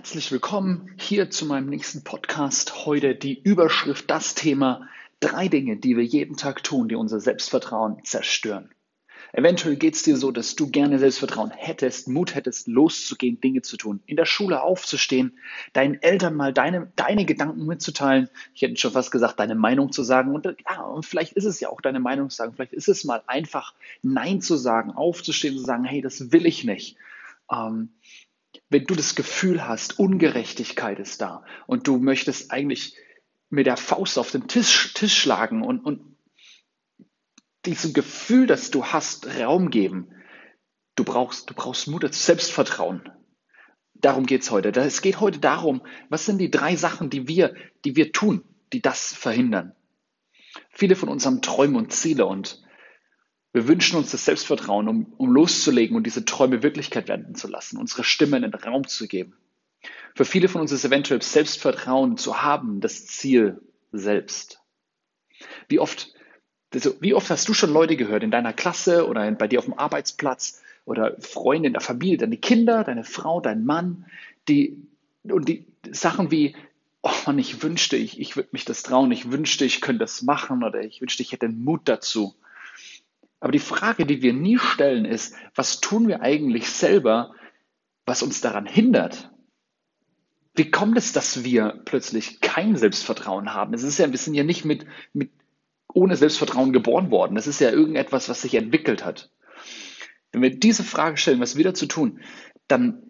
Herzlich willkommen hier zu meinem nächsten Podcast. Heute die Überschrift, das Thema: 3 Dinge, die wir jeden Tag tun, die unser Selbstvertrauen zerstören. Eventuell geht es dir so, dass du gerne Selbstvertrauen hättest, Mut hättest, loszugehen, Dinge zu tun, in der Schule aufzustehen, deinen Eltern mal deine Gedanken mitzuteilen. Ich hätte schon fast gesagt, deine Meinung zu sagen. Und vielleicht ist es ja auch deine Meinung zu sagen. Vielleicht ist es mal einfach Nein zu sagen, aufzustehen, zu sagen, hey, das will ich nicht. Ähm, Wenn du das Gefühl hast, Ungerechtigkeit ist da und du möchtest eigentlich mit der Faust auf den Tisch schlagen und diesem Gefühl, das du hast, Raum geben. Du brauchst Mut, Selbstvertrauen. Darum geht es heute. Es geht heute darum, was sind die 3 Sachen, die wir tun, die das verhindern. Viele von uns haben Träume und Ziele und wir wünschen uns das Selbstvertrauen, um loszulegen und diese Träume Wirklichkeit werden zu lassen, unsere Stimme in den Raum zu geben. Für viele von uns ist eventuell Selbstvertrauen zu haben das Ziel selbst. Wie oft, wie oft hast du schon Leute gehört in deiner Klasse oder bei dir auf dem Arbeitsplatz oder Freunde in der Familie, deine Kinder, deine Frau, dein Mann, die Sachen wie: oh Mann, ich wünschte, ich würde mich das trauen, ich wünschte, ich könnte das machen oder ich wünschte, ich hätte den Mut dazu. Aber die Frage, die wir nie stellen, ist: was tun wir eigentlich selber, was uns daran hindert? Wie kommt es, dass wir plötzlich kein Selbstvertrauen haben? Wir sind ja nicht ohne Selbstvertrauen geboren worden. Das ist ja irgendetwas, was sich entwickelt hat. Wenn wir diese Frage stellen, was wir dazu tun, dann,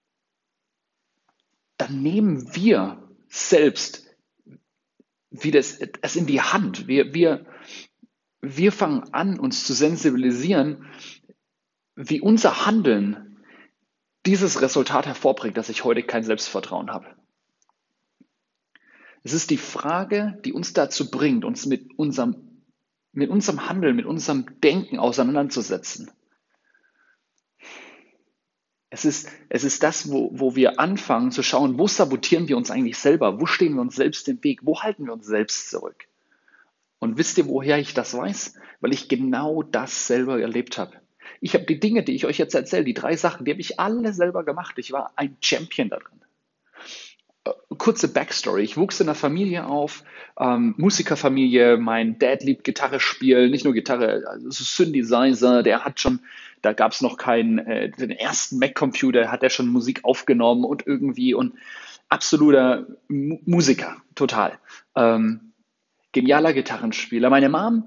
dann nehmen wir selbst wieder es in die Hand. Wir fangen an, uns zu sensibilisieren, wie unser Handeln dieses Resultat hervorbringt, dass ich heute kein Selbstvertrauen habe. Es ist die Frage, die uns dazu bringt, uns mit unserem Handeln, mit unserem Denken auseinanderzusetzen. Es ist das, wo wir anfangen zu schauen, wo sabotieren wir uns eigentlich selber, wo stehen wir uns selbst im Weg, wo halten wir uns selbst zurück. Und wisst ihr, woher ich das weiß? Weil ich genau das selber erlebt habe. Ich habe die Dinge, die ich euch jetzt erzähle, die 3 Sachen, die habe ich alle selber gemacht. Ich war ein Champion darin. Kurze Backstory. Ich wuchs in einer Familie auf, Musikerfamilie. Mein Dad liebt Gitarre spielen, nicht nur Gitarre, also Synthesizer. Da gab es noch den ersten Mac-Computer, hat er schon Musik aufgenommen und absoluter Musiker, total. Genialer Gitarrenspieler. Meine Mom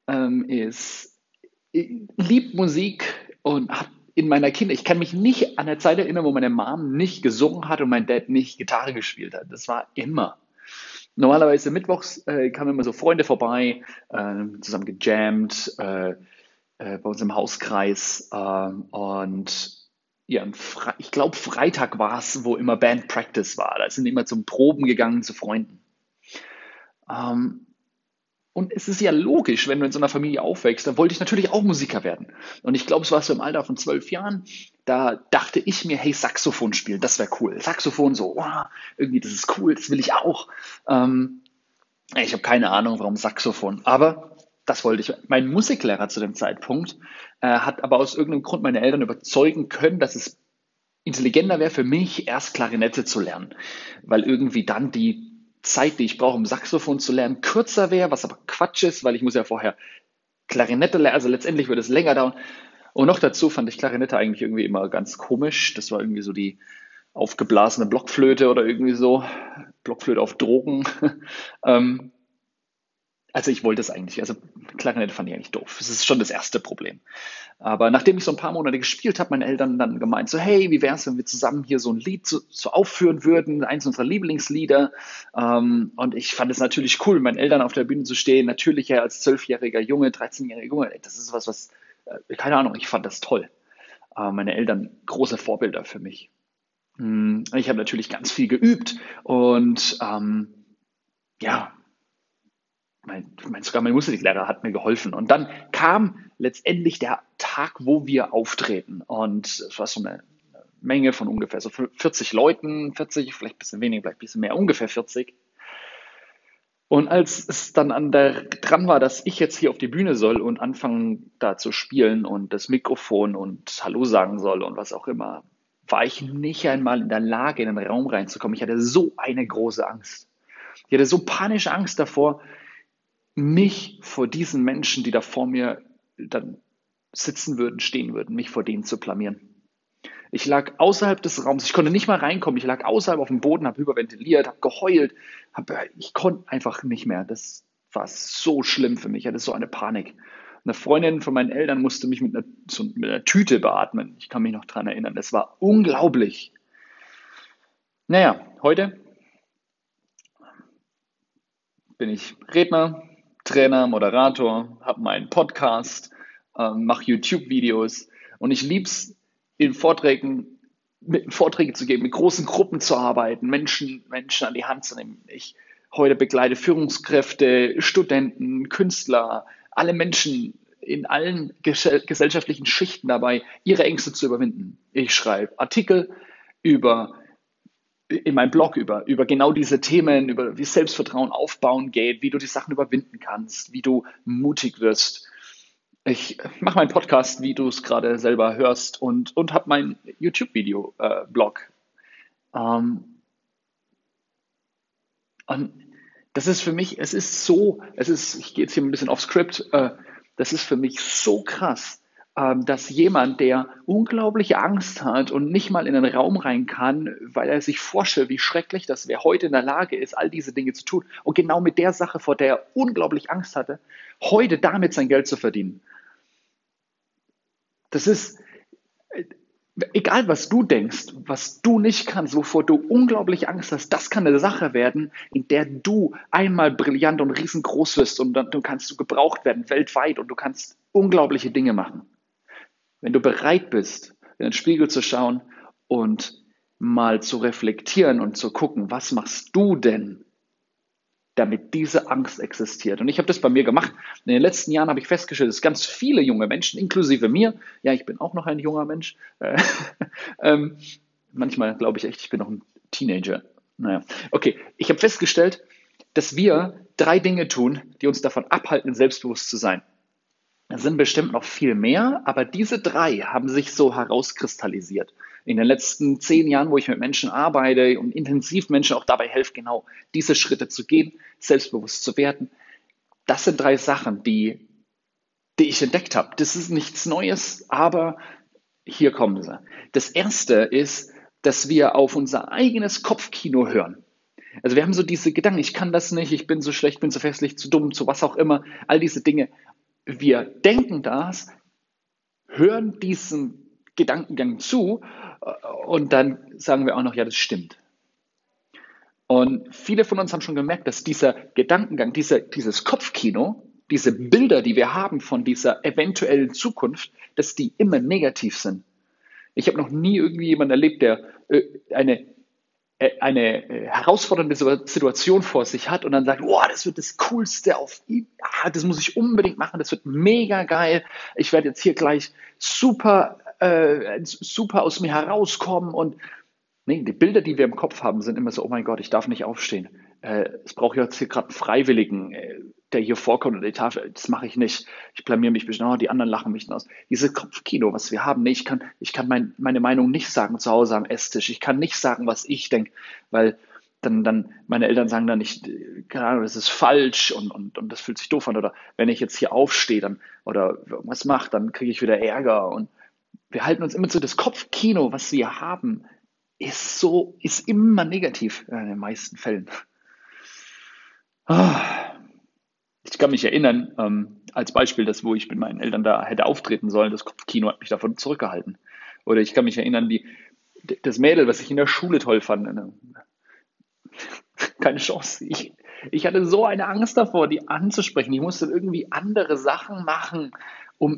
liebt Musik und hat in meiner ich kann mich nicht an eine Zeit erinnern, wo meine Mom nicht gesungen hat und mein Dad nicht Gitarre gespielt hat. Das war immer. Normalerweise mittwochs kamen immer so Freunde vorbei, zusammen gejammt, bei uns im Hauskreis. Und ja, ich glaube, Freitag war es, wo immer Band Practice war. Da sind immer zum Proben gegangen zu Freunden. Und es ist ja logisch, wenn du in so einer Familie aufwächst, dann wollte ich natürlich auch Musiker werden. Und ich glaube, es war so im Alter von 12 Jahren, da dachte ich mir, hey, Saxophon spielen, das wäre cool. Saxophon so, wow, irgendwie, das ist cool, das will ich auch. Ich habe keine Ahnung, warum Saxophon, aber das wollte ich. Mein Musiklehrer zu dem Zeitpunkt hat aber aus irgendeinem Grund meine Eltern überzeugen können, dass es intelligenter wäre für mich, erst Klarinette zu lernen, weil irgendwie dann die Zeit, die ich brauche, um Saxophon zu lernen, kürzer wäre, was aber Quatsch ist, weil ich muss ja vorher Klarinette lernen, also letztendlich würde es länger dauern. Und noch dazu fand ich Klarinette eigentlich irgendwie immer ganz komisch. Das war irgendwie so die aufgeblasene Blockflöte oder irgendwie so. Blockflöte auf Drogen. Also ich wollte es eigentlich, also Klarinette fand ich eigentlich doof. Das ist schon das erste Problem. Aber nachdem ich so ein paar Monate gespielt habe, meine Eltern dann gemeint so: hey, wie wäre es, wenn wir zusammen hier so ein Lied so aufführen würden, eins unserer Lieblingslieder. Und ich fand es natürlich cool, mit meinen Eltern auf der Bühne zu stehen. Natürlich ja als 12-jähriger Junge, 13-jähriger Junge, das ist keine Ahnung, ich fand das toll. Meine Eltern, große Vorbilder für mich. Ich habe natürlich ganz viel geübt und ja, sogar mein Musiklehrer hat mir geholfen. Und dann kam letztendlich der Tag, wo wir auftreten. Und es war so eine Menge von ungefähr so 40 Leuten, 40, vielleicht ein bisschen weniger, vielleicht ein bisschen mehr, ungefähr 40. Und als es dann dran war, dass ich jetzt hier auf die Bühne soll und anfangen da zu spielen und das Mikrofon und Hallo sagen soll und was auch immer, war ich nicht einmal in der Lage, in den Raum reinzukommen. Ich hatte so eine große Angst. Ich hatte so panische Angst davor, mich vor diesen Menschen, die da vor mir dann sitzen würden, stehen würden, mich vor denen zu blamieren. Ich lag außerhalb des Raums, ich konnte nicht mal reinkommen, ich lag außerhalb auf dem Boden, habe hyperventiliert, habe geheult, ich konnte einfach nicht mehr. Das war so schlimm für mich, ich hatte so eine Panik. Eine Freundin von meinen Eltern musste mich mit einer Tüte beatmen. Ich kann mich noch daran erinnern. Das war unglaublich. Naja, heute bin ich Redner, Trainer, Moderator, habe meinen Podcast, mache YouTube-Videos und ich liebe es, in Vorträge zu geben, mit großen Gruppen zu arbeiten, Menschen an die Hand zu nehmen. Ich heute begleite Führungskräfte, Studenten, Künstler, alle Menschen in allen gesellschaftlichen Schichten dabei, ihre Ängste zu überwinden. Ich schreibe Artikel über in meinem Blog über genau diese Themen, über wie Selbstvertrauen aufbauen geht, wie du die Sachen überwinden kannst, wie du mutig wirst. Ich mache meinen Podcast, wie du es gerade selber hörst, und habe mein YouTube-Video-Blog. Und das ist für mich, ich gehe jetzt hier ein bisschen off Script, das ist für mich so krass, dass jemand, der unglaubliche Angst hat und nicht mal in den Raum rein kann, weil er sich vorstellt, wie schrecklich das wäre, heute in der Lage ist, all diese Dinge zu tun und genau mit der Sache, vor der er unglaublich Angst hatte, heute damit sein Geld zu verdienen. Das ist, egal was du denkst, was du nicht kannst, wovor du unglaublich Angst hast, das kann eine Sache werden, in der du einmal brillant und riesengroß wirst und dann kannst du gebraucht werden weltweit und du kannst unglaubliche Dinge machen. Wenn du bereit bist, in den Spiegel zu schauen und mal zu reflektieren und zu gucken, was machst du denn, damit diese Angst existiert. Und ich habe das bei mir gemacht. In den letzten Jahren habe ich festgestellt, dass ganz viele junge Menschen, inklusive mir, ja, ich bin auch noch ein junger Mensch, ähm, manchmal glaube ich echt, ich bin noch ein Teenager. Naja, okay, ich habe festgestellt, dass wir 3 Dinge tun, die uns davon abhalten, selbstbewusst zu sein. Es sind bestimmt noch viel mehr, aber diese 3 haben sich so herauskristallisiert. In den letzten 10 Jahren, wo ich mit Menschen arbeite und intensiv Menschen auch dabei helfe, genau diese Schritte zu gehen, selbstbewusst zu werden. Das sind 3 Sachen, die ich entdeckt habe. Das ist nichts Neues, aber hier kommen sie. Das erste ist, dass wir auf unser eigenes Kopfkino hören. Also wir haben so diese Gedanken, ich kann das nicht, ich bin so schlecht, bin so festlich, zu dumm, zu was auch immer, all diese Dinge. Wir denken das, hören diesem Gedankengang zu und dann sagen wir auch noch, ja, das stimmt. Und viele von uns haben schon gemerkt, dass dieser Gedankengang, dieses Kopfkino, diese Bilder, die wir haben von dieser eventuellen Zukunft, dass die immer negativ sind. Ich habe noch nie irgendwie jemanden erlebt, der eine herausfordernde Situation vor sich hat und dann sagt, oh, das wird das Coolste auf ihm, das muss ich unbedingt machen, das wird mega geil, ich werde jetzt hier gleich super aus mir herauskommen und nee, die Bilder, die wir im Kopf haben, sind immer so, oh mein Gott, ich darf nicht aufstehen. Es braucht jetzt hier gerade einen Freiwilligen, der hier vorkommt und die Tafel, das mache ich nicht. Ich blamier mich ein bisschen, oh, die anderen lachen mich aus. Dieses Kopfkino, was wir haben, nee, ich kann meine Meinung nicht sagen zu Hause am Esstisch. Ich kann nicht sagen, was ich denke, weil dann meine Eltern sagen dann nicht, keine Ahnung, das ist falsch und das fühlt sich doof an. Oder wenn ich jetzt hier aufstehe oder irgendwas mache, dann kriege ich wieder Ärger. Und wir halten uns immer so das Kopfkino, was wir haben, ist immer negativ in den meisten Fällen. Ich kann mich erinnern, als Beispiel, wo ich mit meinen Eltern da hätte auftreten sollen, das Kopfkino hat mich davon zurückgehalten. Oder ich kann mich erinnern, das Mädel, was ich in der Schule toll fand, keine Chance. Ich hatte so eine Angst davor, die anzusprechen. Ich musste irgendwie andere Sachen machen, um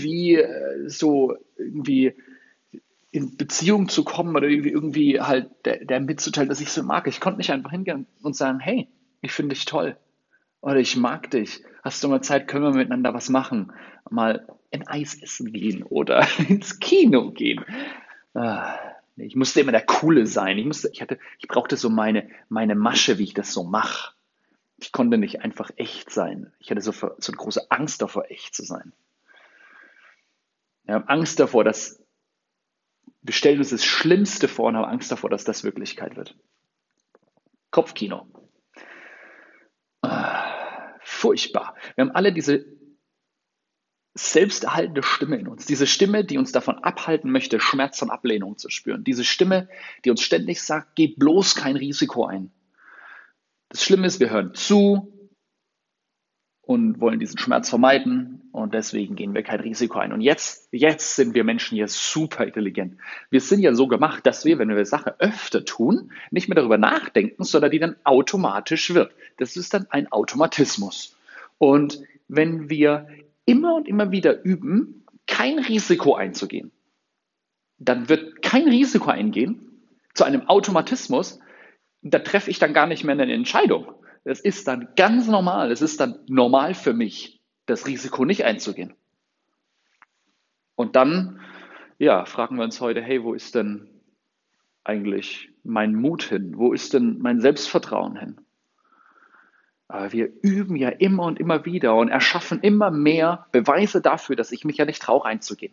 irgendwie in Beziehung zu kommen oder irgendwie halt der mitzuteilen, dass ich so mag. Ich konnte nicht einfach hingehen und sagen, hey, ich finde dich toll oder ich mag dich. Hast du mal Zeit, können wir miteinander was machen? Mal ein Eis essen gehen oder ins Kino gehen. Nee, ich musste immer der Coole sein. Ich brauchte so meine Masche, wie ich das so mache. Ich konnte nicht einfach echt sein. Ich hatte so eine große Angst davor, echt zu sein. Ja, Angst davor, dass Wir stellen uns das Schlimmste vor und haben Angst davor, dass das Wirklichkeit wird. Kopfkino. Furchtbar. Wir haben alle diese selbsterhaltende Stimme in uns. Diese Stimme, die uns davon abhalten möchte, Schmerz und Ablehnung zu spüren. Diese Stimme, die uns ständig sagt, geh bloß kein Risiko ein. Das Schlimme ist, wir hören zu und wollen diesen Schmerz vermeiden und deswegen gehen wir kein Risiko ein. Und jetzt sind wir Menschen hier super intelligent. Wir sind ja so gemacht, dass wir, wenn wir eine Sache öfter tun, nicht mehr darüber nachdenken, sondern die dann automatisch wird. Das ist dann ein Automatismus. Und wenn wir immer und immer wieder üben, kein Risiko einzugehen, dann wird kein Risiko eingehen zu einem Automatismus, da treffe ich dann gar nicht mehr eine Entscheidung. Es ist dann ganz normal, es ist dann normal für mich, das Risiko nicht einzugehen. Und dann, ja, fragen wir uns heute, hey, wo ist denn eigentlich mein Mut hin? Wo ist denn mein Selbstvertrauen hin? Aber wir üben ja immer und immer wieder und erschaffen immer mehr Beweise dafür, dass ich mich ja nicht traue, einzugehen.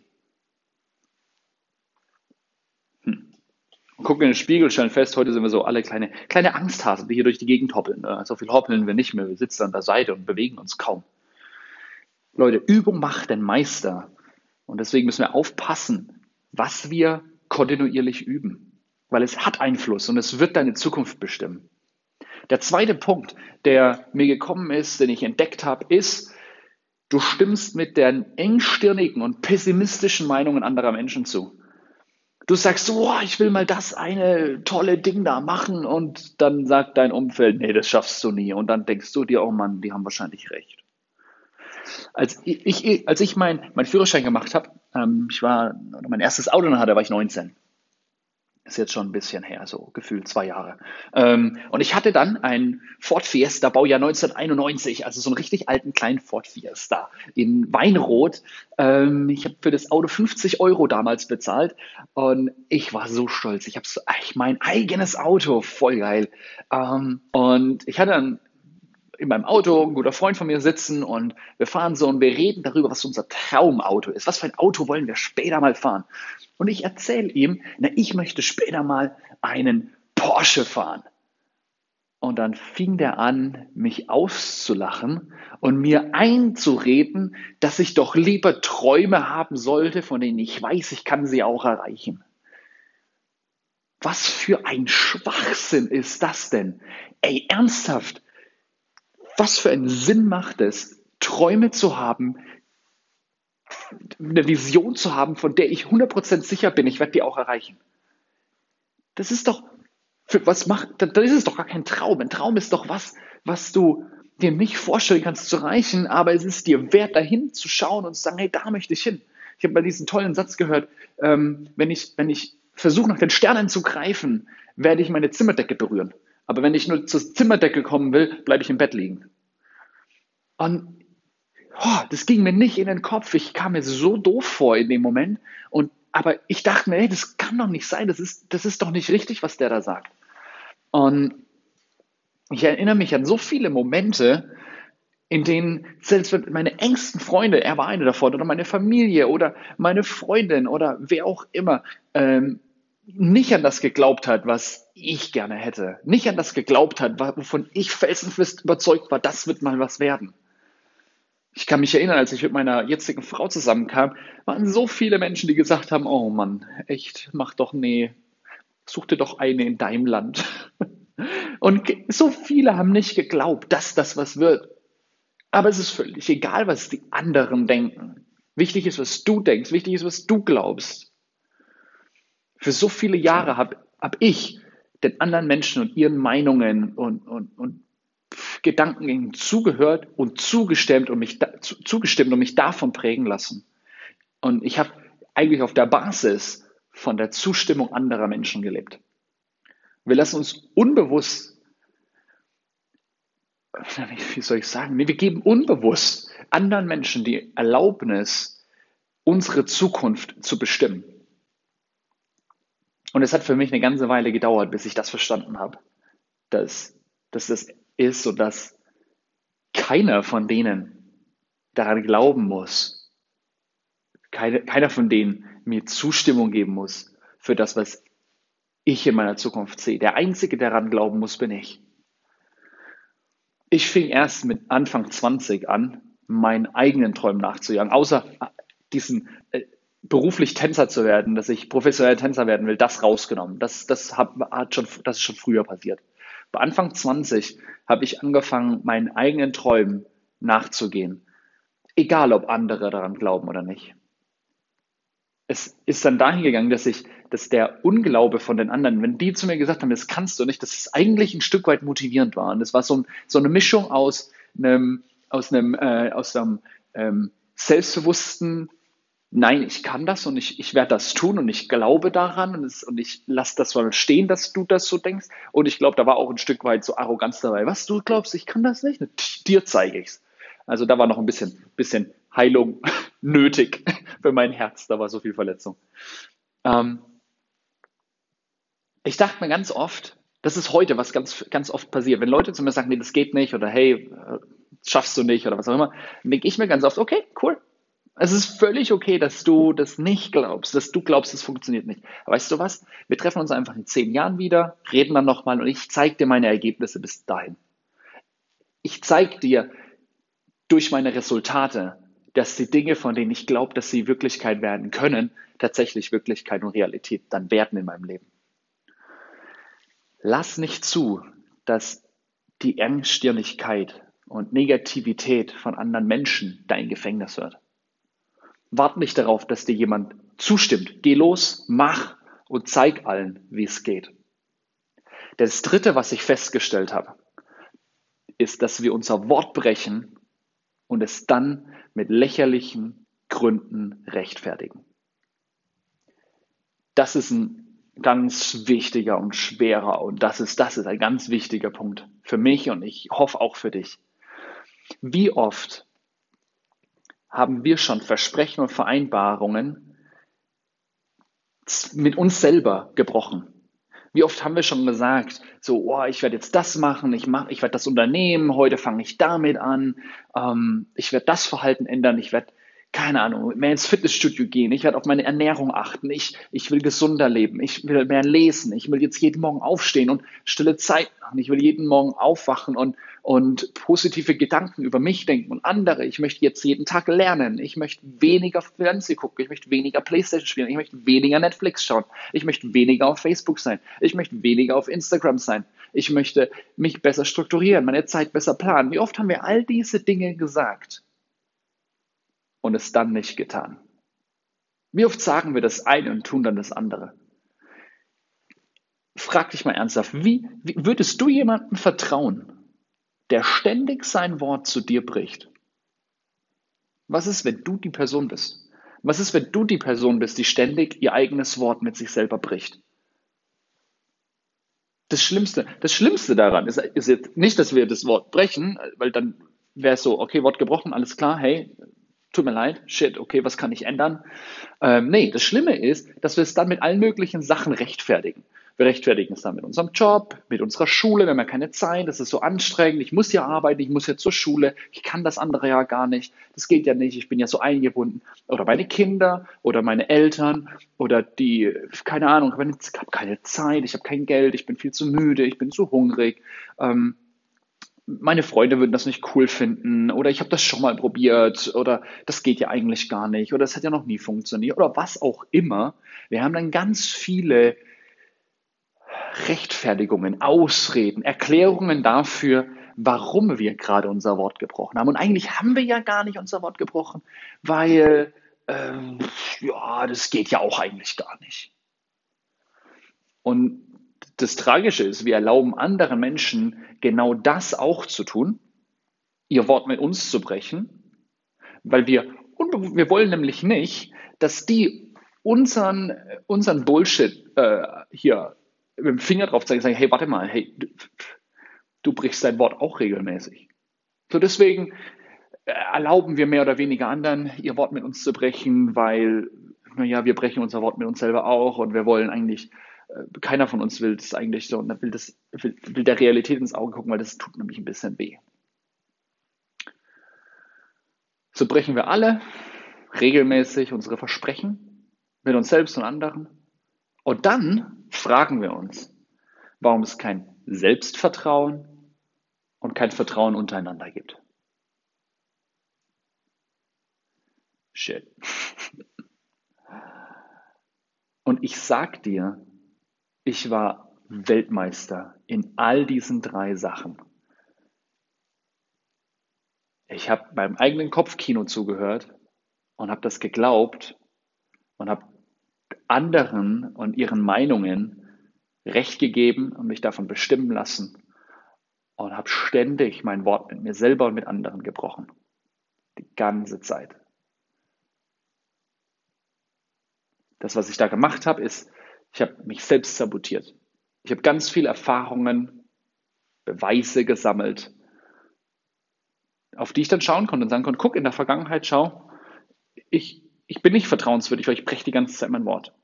Und gucken in den Spiegel, stellen fest, heute sind wir so alle kleine Angsthasen, die hier durch die Gegend hoppeln. So viel hoppeln wir nicht mehr, wir sitzen an der Seite und bewegen uns kaum. Leute, Übung macht den Meister. Und deswegen müssen wir aufpassen, was wir kontinuierlich üben. Weil es hat Einfluss und es wird deine Zukunft bestimmen. Der zweite Punkt, der mir gekommen ist, den ich entdeckt habe, ist, du stimmst mit den engstirnigen und pessimistischen Meinungen anderer Menschen zu. Du sagst, oh, ich will mal das eine tolle Ding da machen und dann sagt dein Umfeld, nee, das schaffst du nie. Und dann denkst du dir, oh Mann, die haben wahrscheinlich recht. Als ich meinen Führerschein gemacht habe, mein erstes Auto hatte, war ich 19. Ist jetzt schon ein bisschen her, so gefühlt 2 Jahre. Und ich hatte dann einen Ford Fiesta, Baujahr 1991, also so einen richtig alten kleinen Ford Fiesta in Weinrot. Ich habe für das Auto 50 Euro damals bezahlt und ich war so stolz. Ich habe so, mein eigenes Auto, voll geil. Und ich hatte dann in meinem Auto ein guter Freund von mir sitzen und wir fahren so und wir reden darüber, was unser Traumauto ist. Was für ein Auto wollen wir später mal fahren? Und ich erzähle ihm, ich möchte später mal einen Porsche fahren. Und dann fing der an, mich auszulachen und mir einzureden, dass ich doch lieber Träume haben sollte, von denen ich weiß, ich kann sie auch erreichen. Was für ein Schwachsinn ist das denn? Ey, ernsthaft? Was für einen Sinn macht es, Träume zu haben, eine Vision zu haben, von der ich 100% sicher bin, ich werde die auch erreichen? Das ist doch, dann ist es doch gar kein Traum. Ein Traum ist doch was du dir nicht vorstellen kannst zu erreichen, aber es ist dir wert, dahin zu schauen und zu sagen, hey, da möchte ich hin. Ich habe mal diesen tollen Satz gehört, wenn ich versuche, nach den Sternen zu greifen, werde ich meine Zimmerdecke berühren. Aber wenn ich nur zur Zimmerdecke kommen will, bleibe ich im Bett liegen. Und das ging mir nicht in den Kopf. Ich kam mir so doof vor in dem Moment. Aber ich dachte mir, hey, das kann doch nicht sein. Das ist doch nicht richtig, was der da sagt. Und ich erinnere mich an so viele Momente, in denen selbst meine engsten Freunde, er war eine davon, oder meine Familie oder meine Freundin oder wer auch immer, nicht an das geglaubt hat, was ich gerne hätte. Nicht an das geglaubt hat, wovon ich felsenfest überzeugt war, das wird mal was werden. Ich kann mich erinnern, als ich mit meiner jetzigen Frau zusammenkam, waren so viele Menschen, die gesagt haben, oh Mann, echt, such dir doch eine in deinem Land. Und so viele haben nicht geglaubt, dass das was wird. Aber es ist völlig egal, was die anderen denken. Wichtig ist, was du denkst, wichtig ist, was du glaubst. Für so viele Jahre hab ich den anderen Menschen und ihren Meinungen und Gedankengängen zugehört und zugestimmt und mich davon prägen lassen. Und ich habe eigentlich auf der Basis von der Zustimmung anderer Menschen gelebt. Wir lassen uns unbewusst, wie soll ich sagen, wir geben unbewusst anderen Menschen die Erlaubnis, unsere Zukunft zu bestimmen. Und es hat für mich eine ganze Weile gedauert, bis ich das verstanden habe, dass das ist und dass keiner von denen daran glauben muss, keiner von denen mir Zustimmung geben muss für das, was ich in meiner Zukunft sehe. Der Einzige, der daran glauben muss, bin ich. Ich fing erst mit Anfang 20 an, meinen eigenen Träumen nachzujagen. Außer diesen beruflich Tänzer zu werden, dass ich professioneller Tänzer werden will, das rausgenommen. Das ist schon früher passiert. Bei Anfang 20 habe ich angefangen, meinen eigenen Träumen nachzugehen. Egal, ob andere daran glauben oder nicht. Es ist dann dahin gegangen, dass der Unglaube von den anderen, wenn die zu mir gesagt haben, das kannst du nicht, dass es eigentlich ein Stück weit motivierend war. Und es war so eine Mischung aus einem selbstbewussten, nein, ich kann das und ich werde das tun und ich glaube daran und ich lasse das mal stehen, dass du das so denkst. Und ich glaube, da war auch ein Stück weit so Arroganz dabei. Was, du glaubst, ich kann das nicht? Dir zeige ich's. Also da war noch ein bisschen Heilung nötig für mein Herz. Da war so viel Verletzung. Ähm, Ich dachte mir ganz oft, das ist heute, was ganz oft passiert. Wenn Leute zu mir sagen, nee, das geht nicht oder hey, das schaffst du nicht oder was auch immer, dann denke ich mir ganz oft, okay, cool. Es ist völlig okay, dass du das nicht glaubst, dass du glaubst, es funktioniert nicht. Aber weißt du was? Wir treffen uns einfach in 10 Jahren wieder, reden dann nochmal und ich zeige dir meine Ergebnisse bis dahin. Ich zeige dir durch meine Resultate, dass die Dinge, von denen ich glaube, dass sie Wirklichkeit werden können, tatsächlich Wirklichkeit und Realität dann werden in meinem Leben. Lass nicht zu, dass die Engstirnigkeit und Negativität von anderen Menschen dein Gefängnis wird. Wart nicht darauf, dass dir jemand zustimmt. Geh los, mach und zeig allen, wie es geht. Das Dritte, was ich festgestellt habe, ist, dass wir unser Wort brechen und es dann mit lächerlichen Gründen rechtfertigen. Das ist ein ganz wichtiger und schwerer und das ist ein ganz wichtiger Punkt für mich und ich hoffe auch für dich. Wie oft haben wir schon Versprechen und Vereinbarungen mit uns selber gebrochen? Wie oft haben wir schon gesagt, so, oh, ich werde jetzt das machen, ich werde das unternehmen, heute fange ich damit an, ich werde das Verhalten ändern, ich werde, keine Ahnung, mehr ins Fitnessstudio gehen, ich werde auf meine Ernährung achten, ich will gesünder leben, ich will mehr lesen, ich will jetzt jeden Morgen aufstehen und stille Zeit machen, ich will jeden Morgen aufwachen und positive Gedanken über mich denken und andere. Ich möchte jetzt jeden Tag lernen. Ich möchte weniger Fernsehen gucken. Ich möchte weniger Playstation spielen. Ich möchte weniger Netflix schauen. Ich möchte weniger auf Facebook sein. Ich möchte weniger auf Instagram sein. Ich möchte mich besser strukturieren, meine Zeit besser planen. Wie oft haben wir all diese Dinge gesagt und es dann nicht getan? Wie oft sagen wir das eine und tun dann das andere? Frag dich mal ernsthaft, wie würdest du jemandem vertrauen, der ständig sein Wort zu dir bricht? Was ist, wenn du die Person bist? Was ist, wenn du die Person bist, die ständig ihr eigenes Wort mit sich selber bricht? Das Schlimmste daran ist jetzt nicht, dass wir das Wort brechen, weil dann wäre es so, okay, Wort gebrochen, alles klar, hey, tut mir leid, shit, okay, was kann ich ändern? Nee, das Schlimme ist, dass wir es dann mit allen möglichen Sachen rechtfertigen. Wir rechtfertigen es dann mit unserem Job, mit unserer Schule, wir haben ja keine Zeit, das ist so anstrengend, ich muss ja arbeiten, ich muss ja zur Schule, ich kann das andere ja gar nicht, das geht ja nicht, ich bin ja so eingebunden. Oder meine Kinder oder meine Eltern oder die, keine Ahnung, ich habe keine Zeit, ich habe kein Geld, ich bin viel zu müde, ich bin zu hungrig. Meine Freunde würden das nicht cool finden oder ich habe das schon mal probiert oder das geht ja eigentlich gar nicht oder es hat ja noch nie funktioniert oder was auch immer. Wir haben dann ganz viele Rechtfertigungen, Ausreden, Erklärungen dafür, warum wir gerade unser Wort gebrochen haben. Und eigentlich haben wir ja gar nicht unser Wort gebrochen, weil ähm, ja, das geht ja auch eigentlich gar nicht. Und das Tragische ist, wir erlauben anderen Menschen genau das auch zu tun, ihr Wort mit uns zu brechen, weil wir wollen nämlich nicht, dass die unseren Bullshit hier mit dem Finger drauf zeigen und sagen, hey, warte mal, hey, du brichst dein Wort auch regelmäßig. So deswegen erlauben wir mehr oder weniger anderen, ihr Wort mit uns zu brechen, weil, naja, wir brechen unser Wort mit uns selber auch und wir wollen eigentlich, keiner von uns will das eigentlich so und will der Realität ins Auge gucken, weil das tut nämlich ein bisschen weh. So brechen wir alle regelmäßig unsere Versprechen mit uns selbst und anderen. Und dann fragen wir uns, warum es kein Selbstvertrauen und kein Vertrauen untereinander gibt. Shit. Und ich sag dir, ich war Weltmeister in all diesen 3 Sachen. Ich habe meinem eigenen Kopfkino zugehört und habe das geglaubt und habe anderen und ihren Meinungen Recht gegeben und mich davon bestimmen lassen und habe ständig mein Wort mit mir selber und mit anderen gebrochen. Die ganze Zeit. Das, was ich da gemacht habe, ist, ich habe mich selbst sabotiert. Ich habe ganz viele Erfahrungen, Beweise gesammelt, auf die ich dann schauen konnte und sagen konnte, guck, in der Vergangenheit, schau, ich bin nicht vertrauenswürdig, weil ich breche die ganze Zeit mein Wort.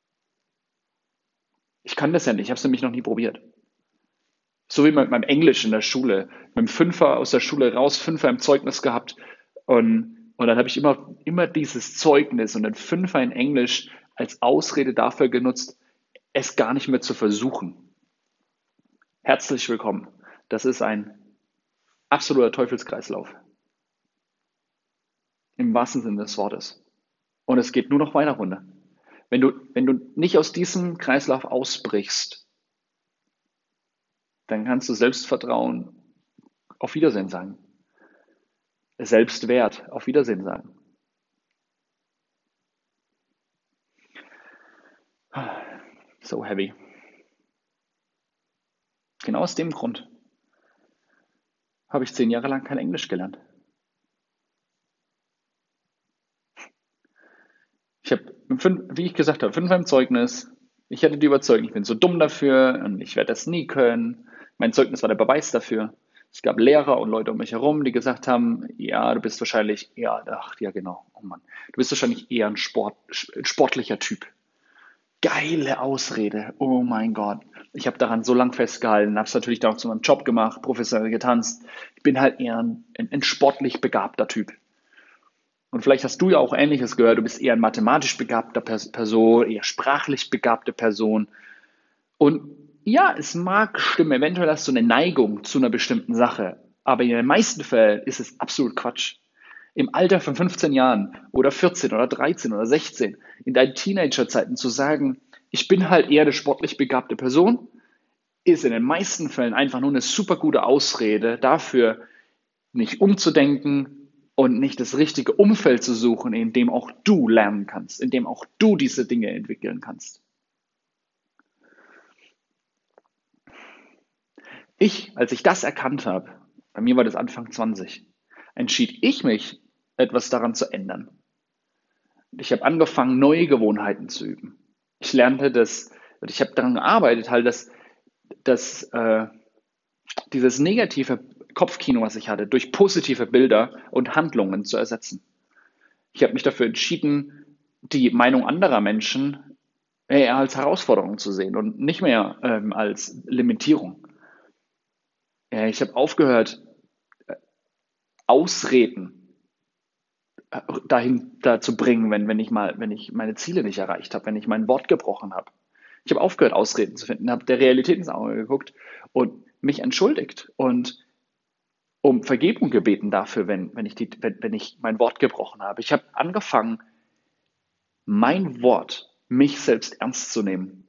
Ich kann das ja nicht, ich habe es nämlich noch nie probiert. So wie mit meinem Englisch in der Schule. Mit dem Fünfer aus der Schule raus, Fünfer im Zeugnis gehabt. Und dann habe ich immer dieses Zeugnis und den Fünfer in Englisch als Ausrede dafür genutzt, es gar nicht mehr zu versuchen. Herzlich willkommen. Das ist ein absoluter Teufelskreislauf. Im wahrsten Sinne des Wortes. Und es geht nur noch weiter runter. Wenn du nicht aus diesem Kreislauf ausbrichst, dann kannst du Selbstvertrauen auf Wiedersehen sagen. Selbstwert auf Wiedersehen sagen. So heavy. Genau aus dem Grund habe ich 10 Jahre lang kein Englisch gelernt. Ich habe, wie ich gesagt habe, 5 im Zeugnis. Ich hatte die Überzeugung, ich bin so dumm dafür und ich werde das nie können. Mein Zeugnis war der Beweis dafür. Es gab Lehrer und Leute um mich herum, die gesagt haben, ja, du bist wahrscheinlich eher, ach ja genau, oh Mann, du bist wahrscheinlich eher ein sportlicher Typ. Geile Ausrede, oh mein Gott. Ich habe daran so lang festgehalten, habe es natürlich dann auch zu meinem Job gemacht, professionell getanzt. Ich bin halt eher ein sportlich begabter Typ. Und vielleicht hast du ja auch Ähnliches gehört, du bist eher ein mathematisch begabter Person, eher sprachlich begabte Person. Und ja, es mag stimmen, eventuell hast du eine Neigung zu einer bestimmten Sache, aber in den meisten Fällen ist es absolut Quatsch. Im Alter von 15 Jahren oder 14 oder 13 oder 16, in deinen Teenagerzeiten zu sagen, ich bin halt eher eine sportlich begabte Person, ist in den meisten Fällen einfach nur eine super gute Ausrede dafür, nicht umzudenken und nicht das richtige Umfeld zu suchen, in dem auch du lernen kannst, in dem auch du diese Dinge entwickeln kannst. Als ich das erkannt habe, bei mir war das Anfang 20, entschied ich mich, etwas daran zu ändern. Ich habe angefangen, neue Gewohnheiten zu üben. Ich lernte das, und ich habe daran gearbeitet, halt, dass dieses negative Kopfkino, was ich hatte, durch positive Bilder und Handlungen zu ersetzen. Ich habe mich dafür entschieden, die Meinung anderer Menschen eher als Herausforderung zu sehen und nicht mehr als Limitierung. Ich habe aufgehört, Ausreden dahinter zu bringen, wenn ich meine Ziele nicht erreicht habe, wenn ich mein Wort gebrochen habe. Ich habe aufgehört, Ausreden zu finden, habe der Realität ins Auge geguckt und mich entschuldigt und um Vergebung gebeten dafür, wenn ich mein Wort gebrochen habe. Ich habe angefangen, mein Wort, mich selbst ernst zu nehmen.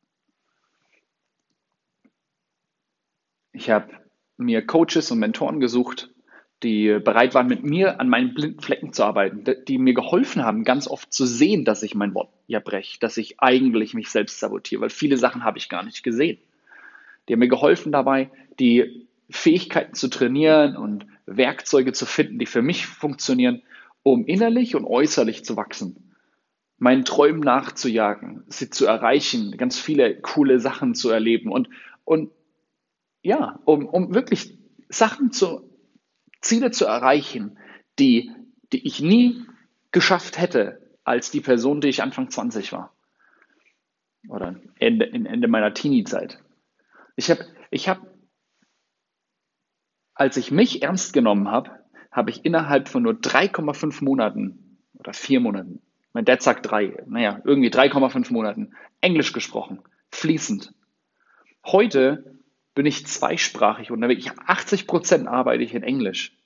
Ich habe mir Coaches und Mentoren gesucht, die bereit waren, mit mir an meinen blinden Flecken zu arbeiten, die mir geholfen haben, ganz oft zu sehen, dass ich mein Wort ja breche, dass ich eigentlich mich selbst sabotiere, weil viele Sachen habe ich gar nicht gesehen. Die haben mir geholfen dabei, die Fähigkeiten zu trainieren und Werkzeuge zu finden, die für mich funktionieren, um innerlich und äußerlich zu wachsen, meinen Träumen nachzujagen, sie zu erreichen, ganz viele coole Sachen zu erleben und ja, um wirklich Ziele zu erreichen, die ich nie geschafft hätte als die Person, die ich Anfang 20 war. Oder Ende meiner Teenie-Zeit. Ich habe, als ich mich ernst genommen habe, habe ich innerhalb von nur 3,5 Monaten oder 4 Monaten Mein Dad sagt 3, naja, irgendwie 3,5 Monaten. Englisch gesprochen, fließend. Heute bin ich zweisprachig unterwegs. 80% arbeite ich in Englisch.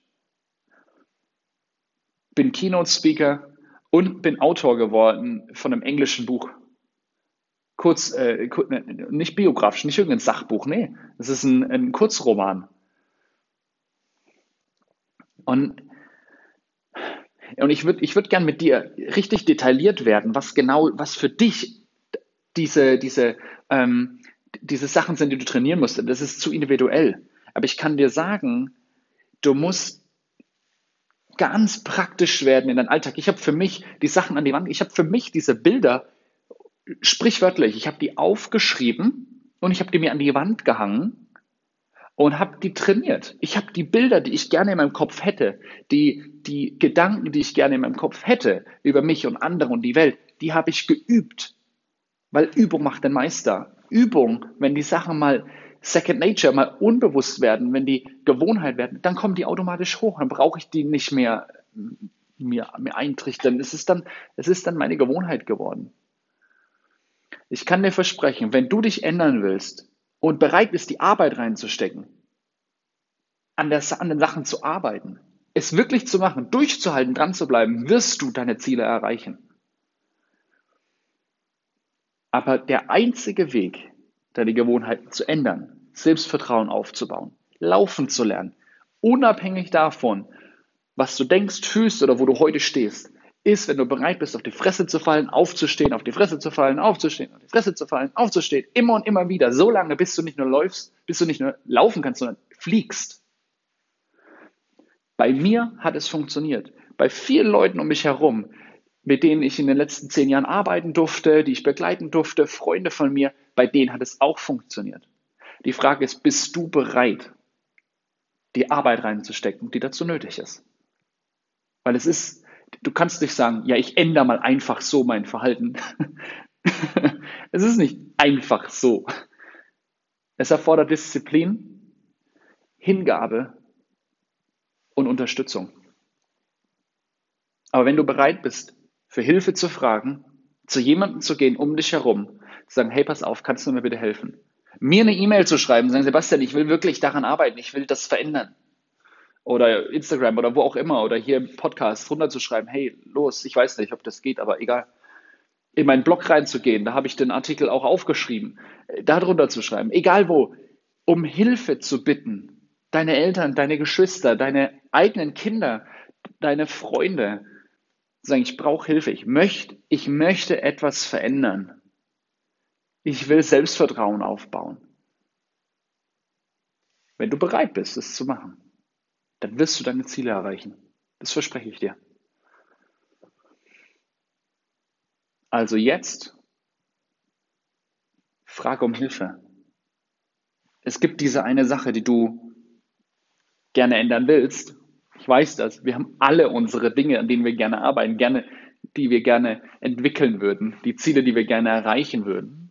Bin Keynote-Speaker und bin Autor geworden von einem englischen Buch. Nicht biografisch, nicht irgendein Sachbuch, nee. Es ist ein Kurzroman. Und, und ich würd gern mit dir richtig detailliert werden, was für dich diese, diese, ähm, diese Sachen sind, die du trainieren musst. Das ist zu individuell. Aber ich kann dir sagen, du musst ganz praktisch werden in deinem Alltag. Ich habe für mich die Sachen an die Wand, ich habe für mich diese Bilder, sprichwörtlich, ich habe die aufgeschrieben und ich habe die mir an die Wand gehangen und habe die trainiert. Ich habe die Bilder, die ich gerne in meinem Kopf hätte, die Gedanken, die ich gerne in meinem Kopf hätte über mich und andere und die Welt, die habe ich geübt. Weil Übung macht den Meister. Übung, wenn die Sachen mal Second Nature, mal unbewusst werden, wenn die Gewohnheit werden, dann kommen die automatisch hoch. Dann brauche ich die nicht mehr mir eintrichtern. Es ist dann meine Gewohnheit geworden. Ich kann dir versprechen, wenn du dich ändern willst und bereit bist, die Arbeit reinzustecken, an den Sachen zu arbeiten, es wirklich zu machen, durchzuhalten, dran zu bleiben, wirst du deine Ziele erreichen. Aber der einzige Weg, deine Gewohnheiten zu ändern, Selbstvertrauen aufzubauen, laufen zu lernen, unabhängig davon, was du denkst, fühlst oder wo du heute stehst, ist, wenn du bereit bist, auf die Fresse zu fallen, aufzustehen, auf die Fresse zu fallen, aufzustehen, auf die Fresse zu fallen, aufzustehen, immer und immer wieder, so lange, bis du nicht nur läufst, bis du nicht nur laufen kannst, sondern fliegst. Bei mir hat es funktioniert. Bei vielen Leuten um mich herum, mit denen ich in den letzten 10 Jahren arbeiten durfte, die ich begleiten durfte, Freunde von mir, bei denen hat es auch funktioniert. Die Frage ist, bist du bereit, die Arbeit reinzustecken, die dazu nötig ist? Weil du kannst nicht sagen, ja, ich ändere mal einfach so mein Verhalten. Es ist nicht einfach so. Es erfordert Disziplin, Hingabe und Unterstützung. Aber wenn du bereit bist, für Hilfe zu fragen, zu jemandem zu gehen um dich herum, zu sagen, hey, pass auf, kannst du mir bitte helfen? Mir eine E-Mail zu schreiben, sagen, Sebastian, ich will wirklich daran arbeiten, ich will das verändern. Oder Instagram oder wo auch immer oder hier im Podcast runterzuschreiben, hey, los, ich weiß nicht, ob das geht, aber egal. In meinen Blog reinzugehen, da habe ich den Artikel auch aufgeschrieben, da drunter zu schreiben, egal wo, um Hilfe zu bitten. Deine Eltern, deine Geschwister, deine eigenen Kinder, deine Freunde, sagen, ich brauche Hilfe, ich möchte etwas verändern. Ich will Selbstvertrauen aufbauen. Wenn du bereit bist, es zu machen, dann wirst du deine Ziele erreichen. Das verspreche ich dir. Also jetzt frage um Hilfe. Es gibt diese eine Sache, die du gerne ändern willst. Ich weiß das. Wir haben alle unsere Dinge, an denen wir gerne arbeiten, die wir gerne entwickeln würden, die Ziele, die wir gerne erreichen würden.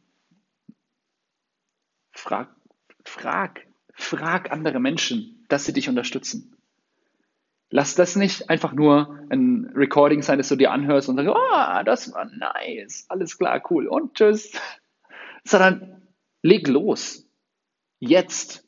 Frag, frag andere Menschen, dass sie dich unterstützen. Lass das nicht einfach nur ein Recording sein, das du dir anhörst und sagst, oh, das war nice, alles klar, cool und tschüss. Sondern leg los. Jetzt.